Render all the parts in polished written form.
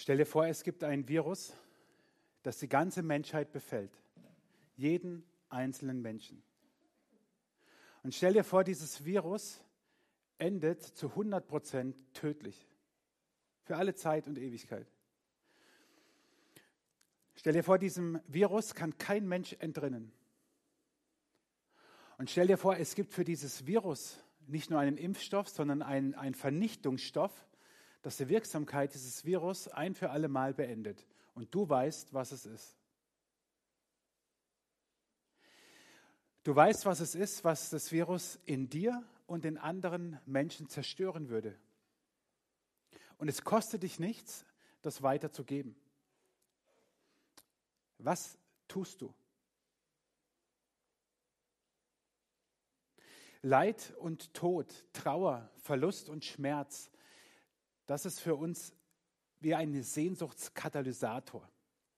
Stell dir vor, es gibt ein Virus, das die ganze Menschheit befällt. Jeden einzelnen Menschen. Und stell dir vor, dieses Virus endet zu 100% tödlich. Für alle Zeit und Ewigkeit. Stell dir vor, diesem Virus kann kein Mensch entrinnen. Und stell dir vor, es gibt für dieses Virus nicht nur einen Impfstoff, sondern einen Vernichtungsstoff, das die Wirksamkeit dieses Virus ein für alle Mal beendet. Und du weißt, was es ist. Du weißt, was es ist, was das Virus in dir und in anderen Menschen zerstören würde. Und es kostet dich nichts, das weiterzugeben. Was tust du? Leid und Tod, Trauer, Verlust und Schmerz, das ist für uns wie ein Sehnsuchtskatalysator.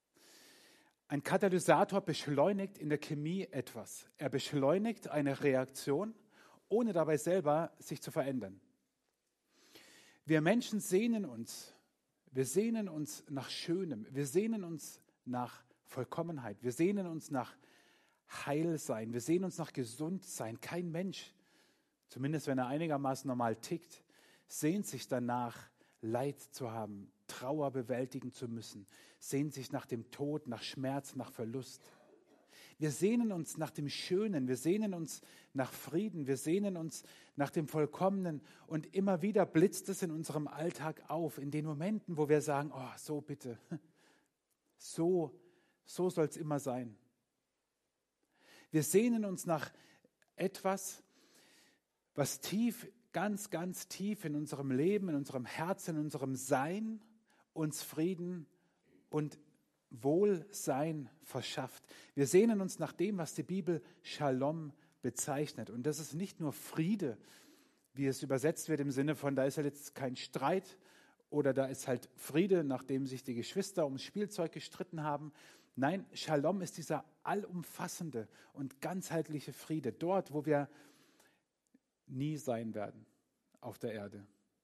Ein Katalysator beschleunigt in der Chemie etwas. Er beschleunigt eine Reaktion, ohne dabei selber sich zu verändern. Wir Menschen sehnen uns nach Schönem, wir sehnen uns nach Vollkommenheit, wir sehnen uns nach Heilsein, wir sehnen uns nach Gesundsein. Kein Mensch, zumindest wenn er einigermaßen normal tickt, sehnt sich danach, Leid zu haben, Trauer bewältigen zu müssen, sehnt sich nach dem Tod, nach Schmerz, nach Verlust. Wir sehnen uns nach dem Schönen, wir sehnen uns nach Frieden, wir sehnen uns nach dem Vollkommenen und immer wieder blitzt es in unserem Alltag auf, in den Momenten, wo wir sagen, oh, so bitte, so soll es immer sein. Wir sehnen uns nach etwas, was ganz, ganz tief in unserem Leben, in unserem Herzen, in unserem Sein uns Frieden und Wohlsein verschafft. Wir sehnen uns nach dem, was die Bibel Shalom bezeichnet. Und das ist nicht nur Friede, wie es übersetzt wird im Sinne von, da ist halt jetzt kein Streit oder da ist halt Friede, nachdem sich die Geschwister ums Spielzeug gestritten haben. Nein, Shalom ist dieser allumfassende und ganzheitliche Friede, dort, wo wir nie sein werden auf der Erde.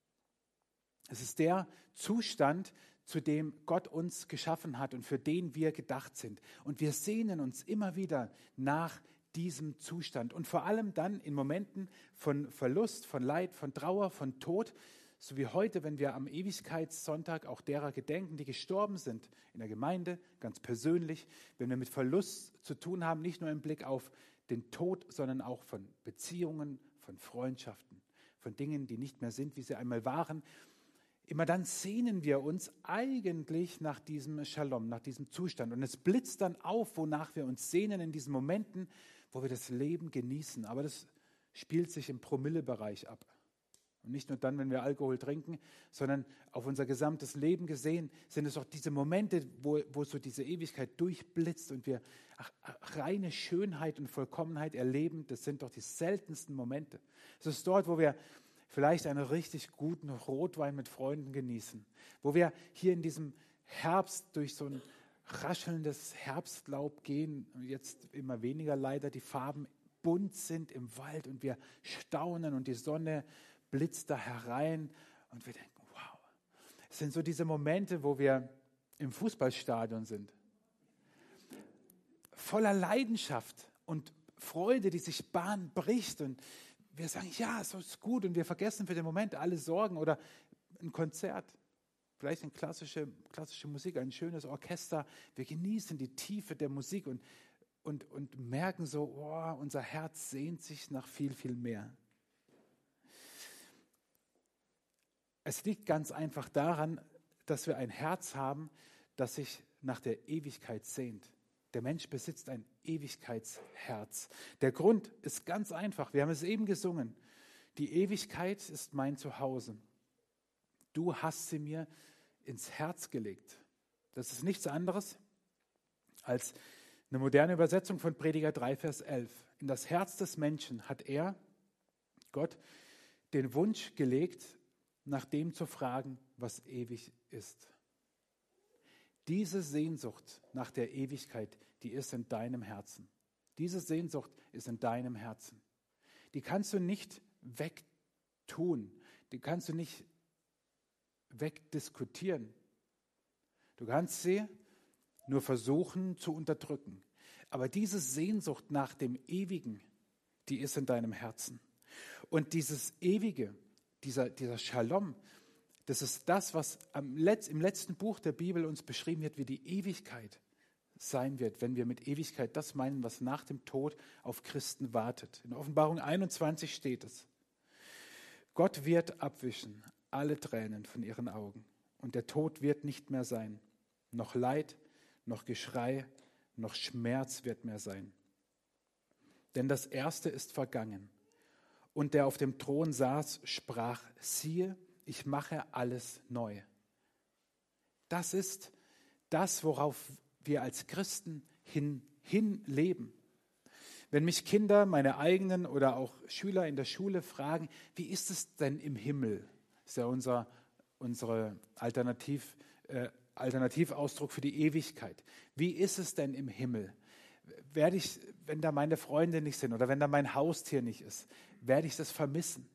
Es ist der Zustand, zu dem Gott uns geschaffen hat und für den wir gedacht sind. Und wir sehnen uns immer wieder nach diesem Zustand. Und vor allem dann in Momenten von Verlust, von Leid, von Trauer, von Tod, so wie heute, wenn wir am Ewigkeitssonntag auch derer gedenken, die gestorben sind in der Gemeinde, ganz persönlich, wenn wir mit Verlust zu tun haben, nicht nur im Blick auf den Tod, sondern auch von Beziehungen, von Freundschaften, von Dingen, die nicht mehr sind, wie sie einmal waren. Immer dann sehnen wir uns eigentlich nach diesem Shalom, nach diesem Zustand. Und es blitzt dann auf, wonach wir uns sehnen in diesen Momenten, wo wir das Leben genießen. Aber das spielt sich im Promillebereich ab. Und nicht nur dann, wenn wir Alkohol trinken, sondern auf unser gesamtes Leben gesehen sind es auch diese Momente, wo so diese Ewigkeit durchblitzt und wir reine Schönheit und Vollkommenheit erleben. Das sind doch die seltensten Momente. Es ist dort, wo wir vielleicht einen richtig guten Rotwein mit Freunden genießen, wo wir hier in diesem Herbst durch so ein raschelndes Herbstlaub gehen, jetzt immer weniger leider, die Farben bunt sind im Wald und wir staunen und die Sonne blitzt da herein und wir denken, wow. Es sind so diese Momente, wo wir im Fußballstadion sind. Voller Leidenschaft und Freude, die sich Bahn bricht und wir sagen, ja, so ist gut und wir vergessen für den Moment alle Sorgen oder ein Konzert, vielleicht eine klassische Musik, ein schönes Orchester. Wir genießen die Tiefe der Musik und merken so, oh, unser Herz sehnt sich nach viel, viel mehr. Es liegt ganz einfach daran, dass wir ein Herz haben, das sich nach der Ewigkeit sehnt. Der Mensch besitzt ein Ewigkeitsherz. Der Grund ist ganz einfach. Wir haben es eben gesungen. Die Ewigkeit ist mein Zuhause. Du hast sie mir ins Herz gelegt. Das ist nichts anderes als eine moderne Übersetzung von Prediger 3, Vers 11. In das Herz des Menschen hat er, Gott, den Wunsch gelegt, nach dem zu fragen, was ewig ist. Diese Sehnsucht nach der Ewigkeit, die ist in deinem Herzen. Diese Sehnsucht ist in deinem Herzen. Die kannst du nicht wegtun. Die kannst du nicht wegdiskutieren. Du kannst sie nur versuchen zu unterdrücken. Aber diese Sehnsucht nach dem Ewigen, die ist in deinem Herzen. Und dieses Ewige, dieser Shalom, das ist das, was im letzten Buch der Bibel uns beschrieben wird, wie die Ewigkeit sein wird, wenn wir mit Ewigkeit das meinen, was nach dem Tod auf Christen wartet. In Offenbarung 21 steht es: Gott wird abwischen alle Tränen von ihren Augen und der Tod wird nicht mehr sein. Noch Leid, noch Geschrei, noch Schmerz wird mehr sein. Denn das Erste ist vergangen. Und der auf dem Thron saß, sprach: Siehe, ich mache alles neu. Das ist das, worauf wir als Christen hin leben. Wenn mich Kinder, meine eigenen oder auch Schüler in der Schule fragen, wie ist es denn im Himmel? Das ist ja unsere Alternativausdruck für die Ewigkeit. Wie ist es denn im Himmel? Werde ich, wenn da meine Freunde nicht sind oder wenn da mein Haustier nicht ist, werde ich das vermissen?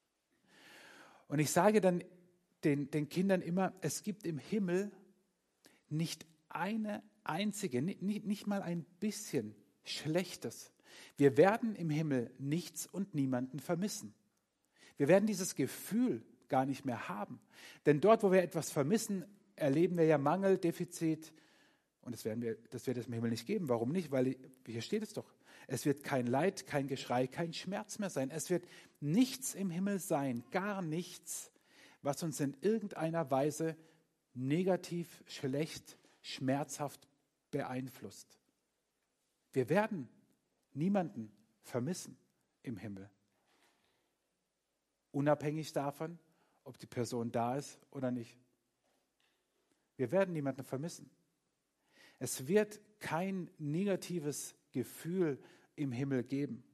Und ich sage dann den Kindern immer, es gibt im Himmel nicht eine einzige, nicht mal ein bisschen Schlechtes. Wir werden im Himmel nichts und niemanden vermissen. Wir werden dieses Gefühl gar nicht mehr haben. Denn dort, wo wir etwas vermissen, erleben wir ja Mangel, Defizit. Und das wird es im Himmel nicht geben. Warum nicht? Weil hier steht es doch. Es wird kein Leid, kein Geschrei, kein Schmerz mehr sein. Es wird nichts im Himmel sein, gar nichts, was uns in irgendeiner Weise negativ, schlecht, schmerzhaft beeinflusst. Wir werden niemanden vermissen im Himmel. Unabhängig davon, ob die Person da ist oder nicht. Wir werden niemanden vermissen. Es wird kein negatives Gefühl im Himmel geben.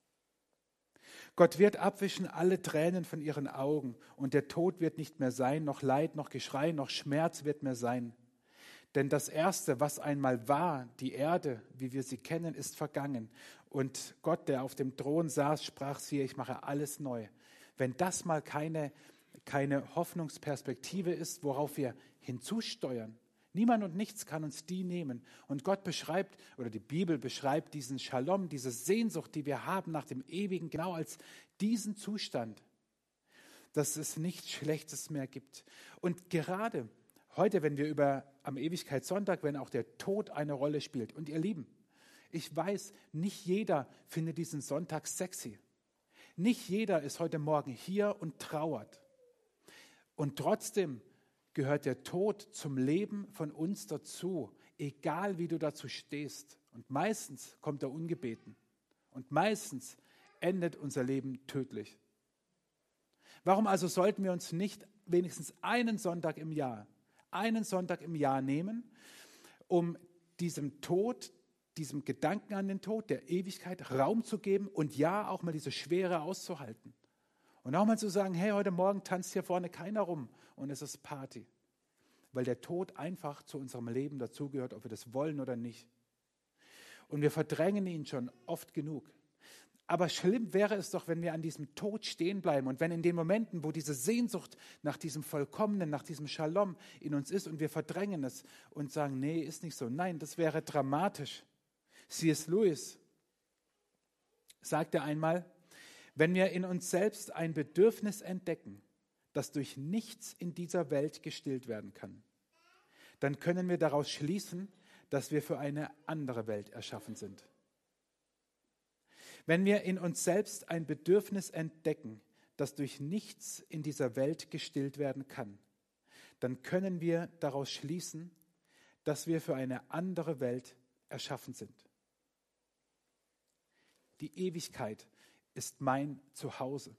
Gott wird abwischen alle Tränen von ihren Augen und der Tod wird nicht mehr sein, noch Leid, noch Geschrei, noch Schmerz wird mehr sein. Denn das Erste, was einmal war, die Erde, wie wir sie kennen, ist vergangen. Und Gott, der auf dem Thron saß, sprach: Siehe, ich mache alles neu. Wenn das mal keine Hoffnungsperspektive ist, worauf wir hinzusteuern, niemand und nichts kann uns die nehmen. Und Gott beschreibt, oder die Bibel beschreibt diesen Shalom, diese Sehnsucht, die wir haben nach dem Ewigen, genau als diesen Zustand, dass es nichts Schlechtes mehr gibt. Und gerade heute, wenn wir am Ewigkeitssonntag, wenn auch der Tod eine Rolle spielt. Und ihr Lieben, ich weiß, nicht jeder findet diesen Sonntag sexy. Nicht jeder ist heute Morgen hier und trauert. Und trotzdem gehört der Tod zum Leben von uns dazu, egal wie du dazu stehst. Und meistens kommt er ungebeten. Und meistens endet unser Leben tödlich. Warum also sollten wir uns nicht wenigstens einen Sonntag im Jahr nehmen, um diesem Tod, diesem Gedanken an den Tod, der Ewigkeit Raum zu geben und ja auch mal diese Schwere auszuhalten. Und auch mal zu sagen, hey, heute Morgen tanzt hier vorne keiner rum und es ist Party. Weil der Tod einfach zu unserem Leben dazugehört, ob wir das wollen oder nicht. Und wir verdrängen ihn schon oft genug. Aber schlimm wäre es doch, wenn wir an diesem Tod stehen bleiben und wenn in den Momenten, wo diese Sehnsucht nach diesem Vollkommenen, nach diesem Shalom in uns ist und wir verdrängen es und sagen, nee, ist nicht so. Nein, das wäre dramatisch. C.S. Lewis sagte einmal, wenn wir in uns selbst ein Bedürfnis entdecken, das durch nichts in dieser Welt gestillt werden kann, dann können wir daraus schließen, dass wir für eine andere Welt erschaffen sind. Wenn wir in uns selbst ein Bedürfnis entdecken, das durch nichts in dieser Welt gestillt werden kann, dann können wir daraus schließen, dass wir für eine andere Welt erschaffen sind. Die Ewigkeit ist mein Zuhause.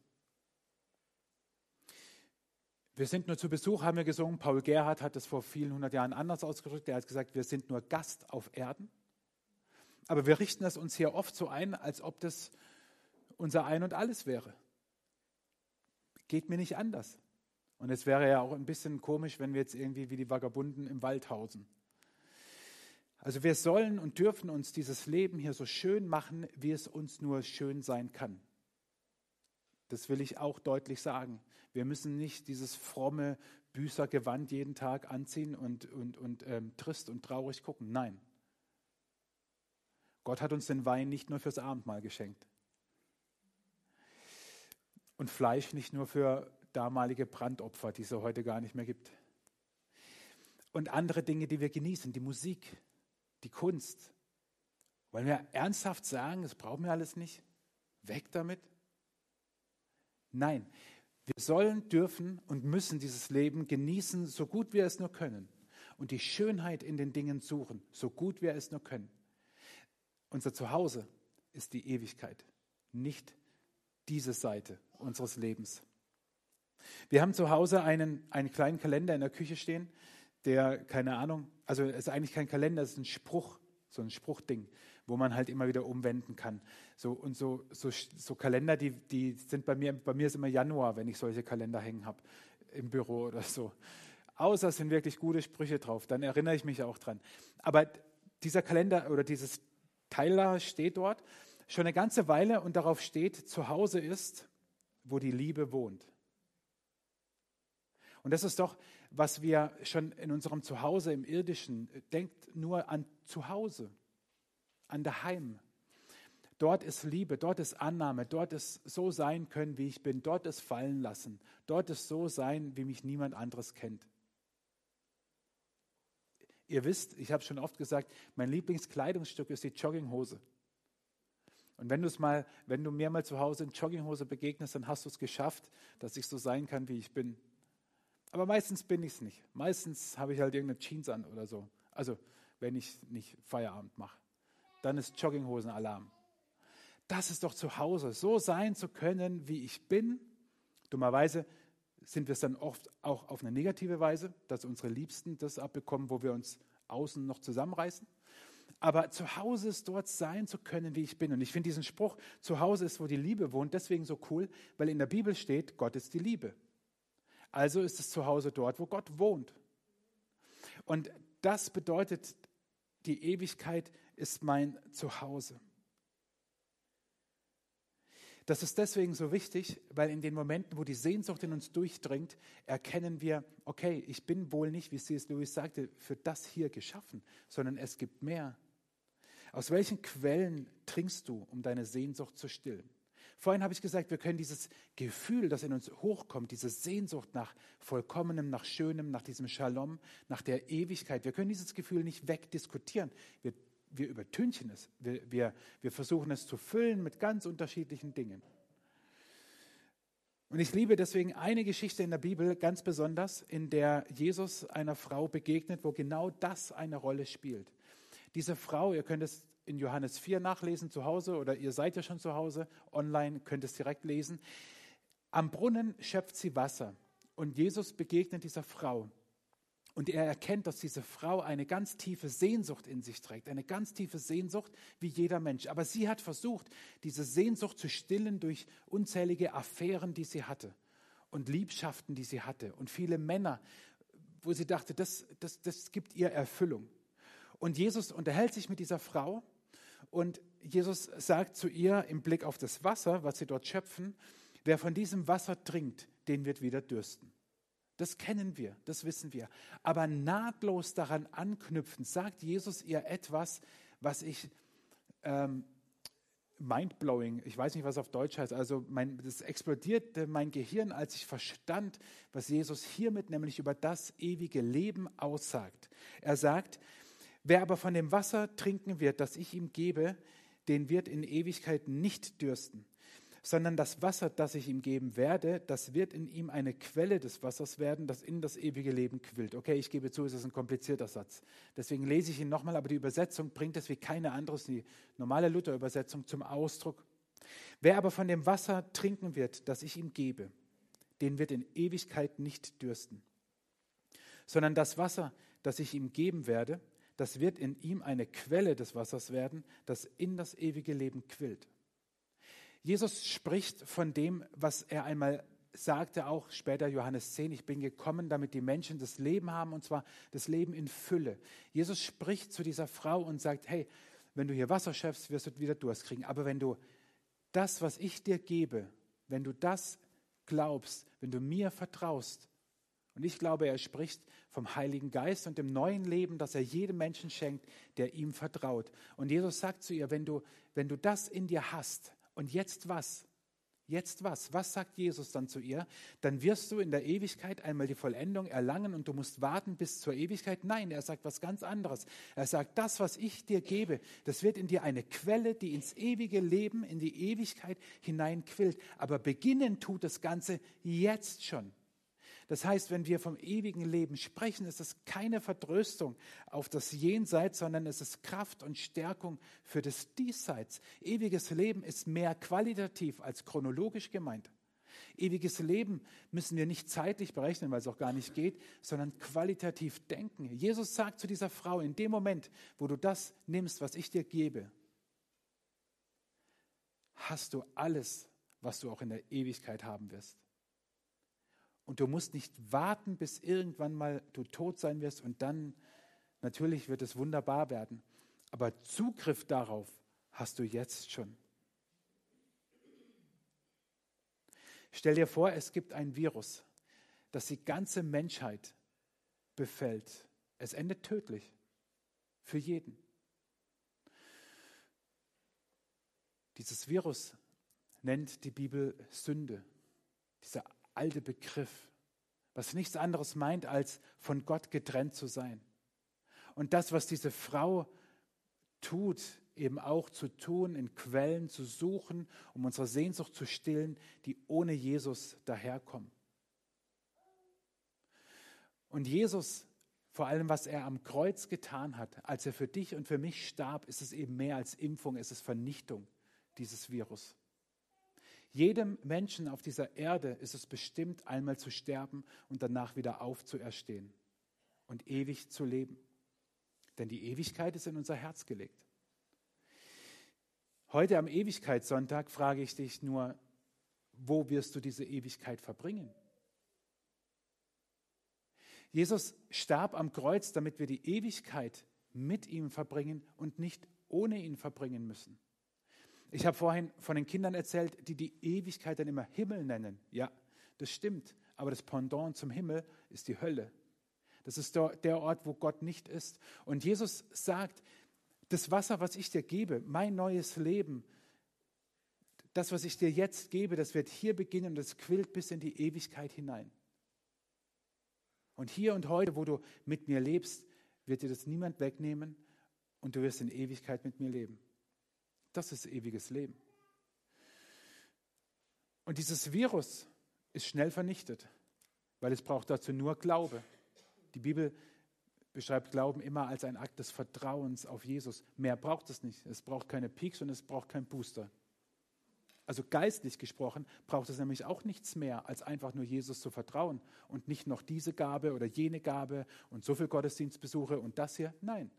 Wir sind nur zu Besuch, haben wir gesungen. Paul Gerhardt hat das vor vielen hundert Jahren anders ausgedrückt. Er hat gesagt, wir sind nur Gast auf Erden. Aber wir richten das uns hier oft so ein, als ob das unser Ein und Alles wäre. Geht mir nicht anders. Und es wäre ja auch ein bisschen komisch, wenn wir jetzt irgendwie wie die Vagabunden im Wald hausen. Also wir sollen und dürfen uns dieses Leben hier so schön machen, wie es uns nur schön sein kann. Das will ich auch deutlich sagen. Wir müssen nicht dieses fromme Büßergewand jeden Tag anziehen und trist und traurig gucken. Nein. Gott hat uns den Wein nicht nur fürs Abendmahl geschenkt. Und Fleisch nicht nur für damalige Brandopfer, die es heute gar nicht mehr gibt. Und andere Dinge, die wir genießen, die Musik, die Kunst. Wollen wir ernsthaft sagen, das brauchen wir alles nicht? Weg damit? Nein, wir sollen, dürfen und müssen dieses Leben genießen, so gut wir es nur können. Und die Schönheit in den Dingen suchen, so gut wir es nur können. Unser Zuhause ist die Ewigkeit, nicht diese Seite unseres Lebens. Wir haben zu Hause einen kleinen Kalender in der Küche stehen, der, keine Ahnung, also es ist eigentlich kein Kalender, es ist ein Spruch, so ein Spruchding, wo man halt immer wieder umwenden kann. So Kalender, die sind bei mir ist immer Januar, wenn ich solche Kalender hängen habe im Büro oder so. Außer es sind wirklich gute Sprüche drauf, dann erinnere ich mich auch dran. Aber dieser Kalender oder dieses Teil da steht dort schon eine ganze Weile und darauf steht, zu Hause ist, wo die Liebe wohnt. Und das ist doch, was wir schon in unserem Zuhause im Irdischen, denkt nur an Zuhause, an daheim. Dort ist Liebe, dort ist Annahme, dort ist so sein können, wie ich bin, dort ist fallen lassen, dort ist so sein, wie mich niemand anderes kennt. Ihr wisst, ich habe schon oft gesagt, mein Lieblingskleidungsstück ist die Jogginghose. Und wenn du mir mal zu Hause in Jogginghose begegnest, dann hast du es geschafft, dass ich so sein kann, wie ich bin. Aber meistens bin ich es nicht. Meistens habe ich halt irgendeine Jeans an oder so. Also wenn ich nicht Feierabend mache. Dann ist Jogginghosen-Alarm. Das ist doch zu Hause, so sein zu können, wie ich bin. Dummerweise sind wir es dann oft auch auf eine negative Weise, dass unsere Liebsten das abbekommen, wo wir uns außen noch zusammenreißen. Aber zu Hause ist dort sein zu können, wie ich bin. Und ich finde diesen Spruch, zu Hause ist, wo die Liebe wohnt, deswegen so cool, weil in der Bibel steht, Gott ist die Liebe. Also ist es zu Hause dort, wo Gott wohnt. Und das bedeutet, die Ewigkeit ist mein Zuhause. Das ist deswegen so wichtig, weil in den Momenten, wo die Sehnsucht in uns durchdringt, erkennen wir, okay, ich bin wohl nicht, wie C.S. Lewis sagte, für das hier geschaffen, sondern es gibt mehr. Aus welchen Quellen trinkst du, um deine Sehnsucht zu stillen? Vorhin habe ich gesagt, wir können dieses Gefühl, das in uns hochkommt, diese Sehnsucht nach Vollkommenem, nach Schönem, nach diesem Shalom, nach der Ewigkeit, wir können dieses Gefühl nicht wegdiskutieren. Wir übertünchen es. Wir versuchen es zu füllen mit ganz unterschiedlichen Dingen. Und ich liebe deswegen eine Geschichte in der Bibel ganz besonders, in der Jesus einer Frau begegnet, wo genau das eine Rolle spielt. Diese Frau, ihr könnt es in Johannes 4 nachlesen zu Hause oder ihr seid ja schon zu Hause, online könnt es direkt lesen. Am Brunnen schöpft sie Wasser und Jesus begegnet dieser Frau. Und er erkennt, dass diese Frau eine ganz tiefe Sehnsucht in sich trägt, eine ganz tiefe Sehnsucht wie jeder Mensch. Aber sie hat versucht, diese Sehnsucht zu stillen durch unzählige Affären, die sie hatte und Liebschaften, die sie hatte und viele Männer, wo sie dachte, das gibt ihr Erfüllung. Und Jesus unterhält sich mit dieser Frau und Jesus sagt zu ihr im Blick auf das Wasser, was sie dort schöpfen, wer von diesem Wasser trinkt, den wird wieder dürsten. Das kennen wir, das wissen wir. Aber nahtlos daran anknüpfend sagt Jesus ihr etwas, was ich mindblowing, ich weiß nicht, was auf Deutsch heißt, also das explodierte mein Gehirn, als ich verstand, was Jesus hiermit nämlich über das ewige Leben aussagt. Er sagt, wer aber von dem Wasser trinken wird, das ich ihm gebe, den wird in Ewigkeit nicht dürsten. Sondern das Wasser, das ich ihm geben werde, das wird in ihm eine Quelle des Wassers werden, das in das ewige Leben quillt. Okay, ich gebe zu, es ist ein komplizierter Satz. Deswegen lese ich ihn nochmal, aber die Übersetzung bringt es wie keine andere, die normale Luther-Übersetzung zum Ausdruck. Wer aber von dem Wasser trinken wird, das ich ihm gebe, den wird in Ewigkeit nicht dürsten. Sondern das Wasser, das ich ihm geben werde, das wird in ihm eine Quelle des Wassers werden, das in das ewige Leben quillt. Jesus spricht von dem, was er einmal sagte, auch später Johannes 10, ich bin gekommen, damit die Menschen das Leben haben, und zwar das Leben in Fülle. Jesus spricht zu dieser Frau und sagt, hey, wenn du hier Wasser schöpfst, wirst du wieder Durst kriegen. Aber wenn du das, was ich dir gebe, wenn du das glaubst, wenn du mir vertraust, und ich glaube, er spricht vom Heiligen Geist und dem neuen Leben, das er jedem Menschen schenkt, der ihm vertraut. Und Jesus sagt zu ihr, wenn du das in dir hast, und jetzt was? Jetzt was? Was sagt Jesus dann zu ihr? Dann wirst du in der Ewigkeit einmal die Vollendung erlangen und du musst warten bis zur Ewigkeit. Nein, er sagt was ganz anderes. Er sagt, das, was ich dir gebe, das wird in dir eine Quelle, die ins ewige Leben, in die Ewigkeit hineinquillt. Aber beginnen tut das Ganze jetzt schon. Das heißt, wenn wir vom ewigen Leben sprechen, ist es keine Vertröstung auf das Jenseits, sondern es ist Kraft und Stärkung für das Diesseits. Ewiges Leben ist mehr qualitativ als chronologisch gemeint. Ewiges Leben müssen wir nicht zeitlich berechnen, weil es auch gar nicht geht, sondern qualitativ denken. Jesus sagt zu dieser Frau, in dem Moment, wo du das nimmst, was ich dir gebe, hast du alles, was du auch in der Ewigkeit haben wirst. Und du musst nicht warten, bis irgendwann mal du tot sein wirst und dann, natürlich wird es wunderbar werden. Aber Zugriff darauf hast du jetzt schon. Stell dir vor, es gibt ein Virus, das die ganze Menschheit befällt. Es endet tödlich. Für jeden. Dieses Virus nennt die Bibel Sünde. Dieser alte Begriff, was nichts anderes meint, als von Gott getrennt zu sein. Und das, was diese Frau tut, eben auch zu tun, in Quellen zu suchen, um unsere Sehnsucht zu stillen, die ohne Jesus daherkommen. Und Jesus, vor allem was er am Kreuz getan hat, als er für dich und für mich starb, ist es eben mehr als Impfung, es ist Vernichtung dieses Virus. Jedem Menschen auf dieser Erde ist es bestimmt, einmal zu sterben und danach wieder aufzuerstehen und ewig zu leben. Denn die Ewigkeit ist in unser Herz gelegt. Heute am Ewigkeitssonntag frage ich dich nur, wo wirst du diese Ewigkeit verbringen? Jesus starb am Kreuz, damit wir die Ewigkeit mit ihm verbringen und nicht ohne ihn verbringen müssen. Ich habe vorhin von den Kindern erzählt, die die Ewigkeit dann immer Himmel nennen. Ja, das stimmt, aber das Pendant zum Himmel ist die Hölle. Das ist der Ort, wo Gott nicht ist. Und Jesus sagt, das Wasser, was ich dir gebe, mein neues Leben, das, was ich dir jetzt gebe, das wird hier beginnen und das quillt bis in die Ewigkeit hinein. Und hier und heute, wo du mit mir lebst, wird dir das niemand wegnehmen und du wirst in Ewigkeit mit mir leben. Das ist ewiges Leben. Und dieses Virus ist schnell vernichtet, weil es braucht dazu nur Glaube. Die Bibel beschreibt Glauben immer als ein Akt des Vertrauens auf Jesus. Mehr braucht es nicht. Es braucht keine Peaks und es braucht kein Booster. Also geistlich gesprochen braucht es nämlich auch nichts mehr, als einfach nur Jesus zu vertrauen und nicht noch diese Gabe oder jene Gabe und so viel Gottesdienstbesuche und das hier. Nein.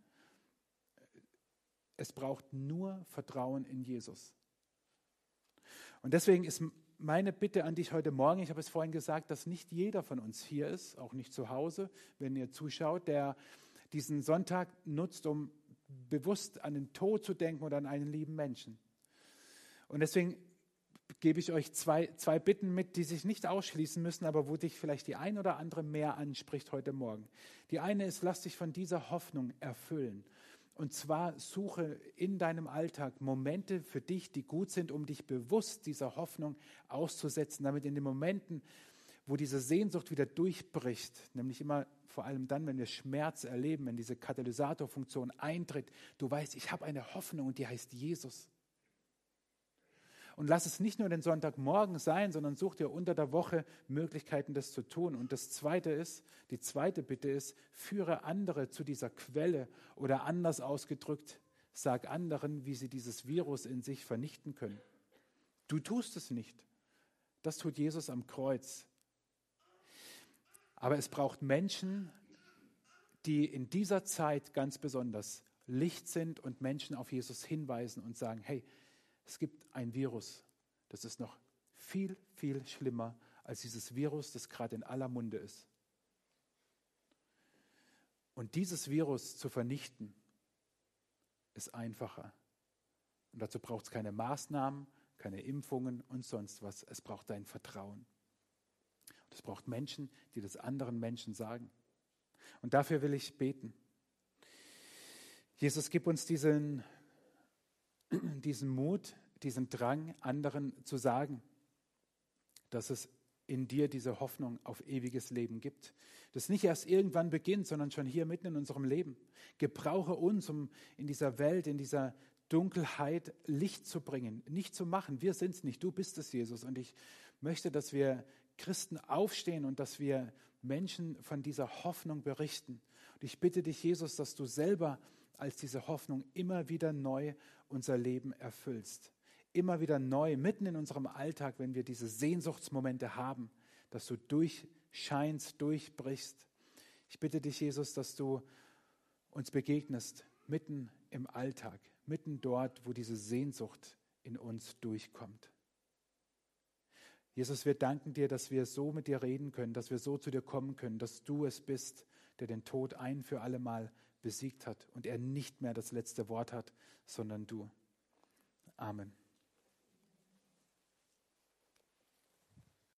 Es braucht nur Vertrauen in Jesus. Und deswegen ist meine Bitte an dich heute Morgen, ich habe es vorhin gesagt, dass nicht jeder von uns hier ist, auch nicht zu Hause, wenn ihr zuschaut, der diesen Sonntag nutzt, um bewusst an den Tod zu denken oder an einen lieben Menschen. Und deswegen gebe ich euch zwei Bitten mit, die sich nicht ausschließen müssen, aber wo dich vielleicht die ein oder andere mehr anspricht heute Morgen. Die eine ist, lass dich von dieser Hoffnung erfüllen. Und zwar suche in deinem Alltag Momente für dich, die gut sind, um dich bewusst dieser Hoffnung auszusetzen, damit in den Momenten, wo diese Sehnsucht wieder durchbricht, nämlich immer vor allem dann, wenn wir Schmerz erleben, wenn diese Katalysatorfunktion eintritt, du weißt, ich habe eine Hoffnung und die heißt Jesus. Und lass es nicht nur den Sonntagmorgen sein, sondern such dir unter der Woche Möglichkeiten, das zu tun. Und die zweite Bitte ist, führe andere zu dieser Quelle oder anders ausgedrückt, sag anderen, wie sie dieses Virus in sich vernichten können. Du tust es nicht. Das tut Jesus am Kreuz. Aber es braucht Menschen, die in dieser Zeit ganz besonders Licht sind und Menschen auf Jesus hinweisen und sagen, hey, es gibt ein Virus, das ist noch viel, viel schlimmer als dieses Virus, das gerade in aller Munde ist. Und dieses Virus zu vernichten, ist einfacher. Und dazu braucht es keine Maßnahmen, keine Impfungen und sonst was. Es braucht dein Vertrauen. Es braucht Menschen, die das anderen Menschen sagen. Und dafür will ich beten. Jesus, gib uns diesen Mut, diesen Drang, anderen zu sagen, dass es in dir diese Hoffnung auf ewiges Leben gibt. Das nicht erst irgendwann beginnt, sondern schon hier mitten in unserem Leben. Gebrauche uns, um in dieser Welt, in dieser Dunkelheit Licht zu bringen, nicht zu machen. Wir sind es nicht, du bist es, Jesus. Und ich möchte, dass wir Christen aufstehen und dass wir Menschen von dieser Hoffnung berichten. Und ich bitte dich, Jesus, dass du selber als diese Hoffnung immer wieder neu unser Leben erfüllst. Immer wieder neu, mitten in unserem Alltag, wenn wir diese Sehnsuchtsmomente haben, dass du durchscheinst, durchbrichst. Ich bitte dich, Jesus, dass du uns begegnest, mitten im Alltag, mitten dort, wo diese Sehnsucht in uns durchkommt. Jesus, wir danken dir, dass wir so mit dir reden können, dass wir so zu dir kommen können, dass du es bist, der den Tod ein für alle Mal besiegt hat und er nicht mehr das letzte Wort hat, sondern du. Amen.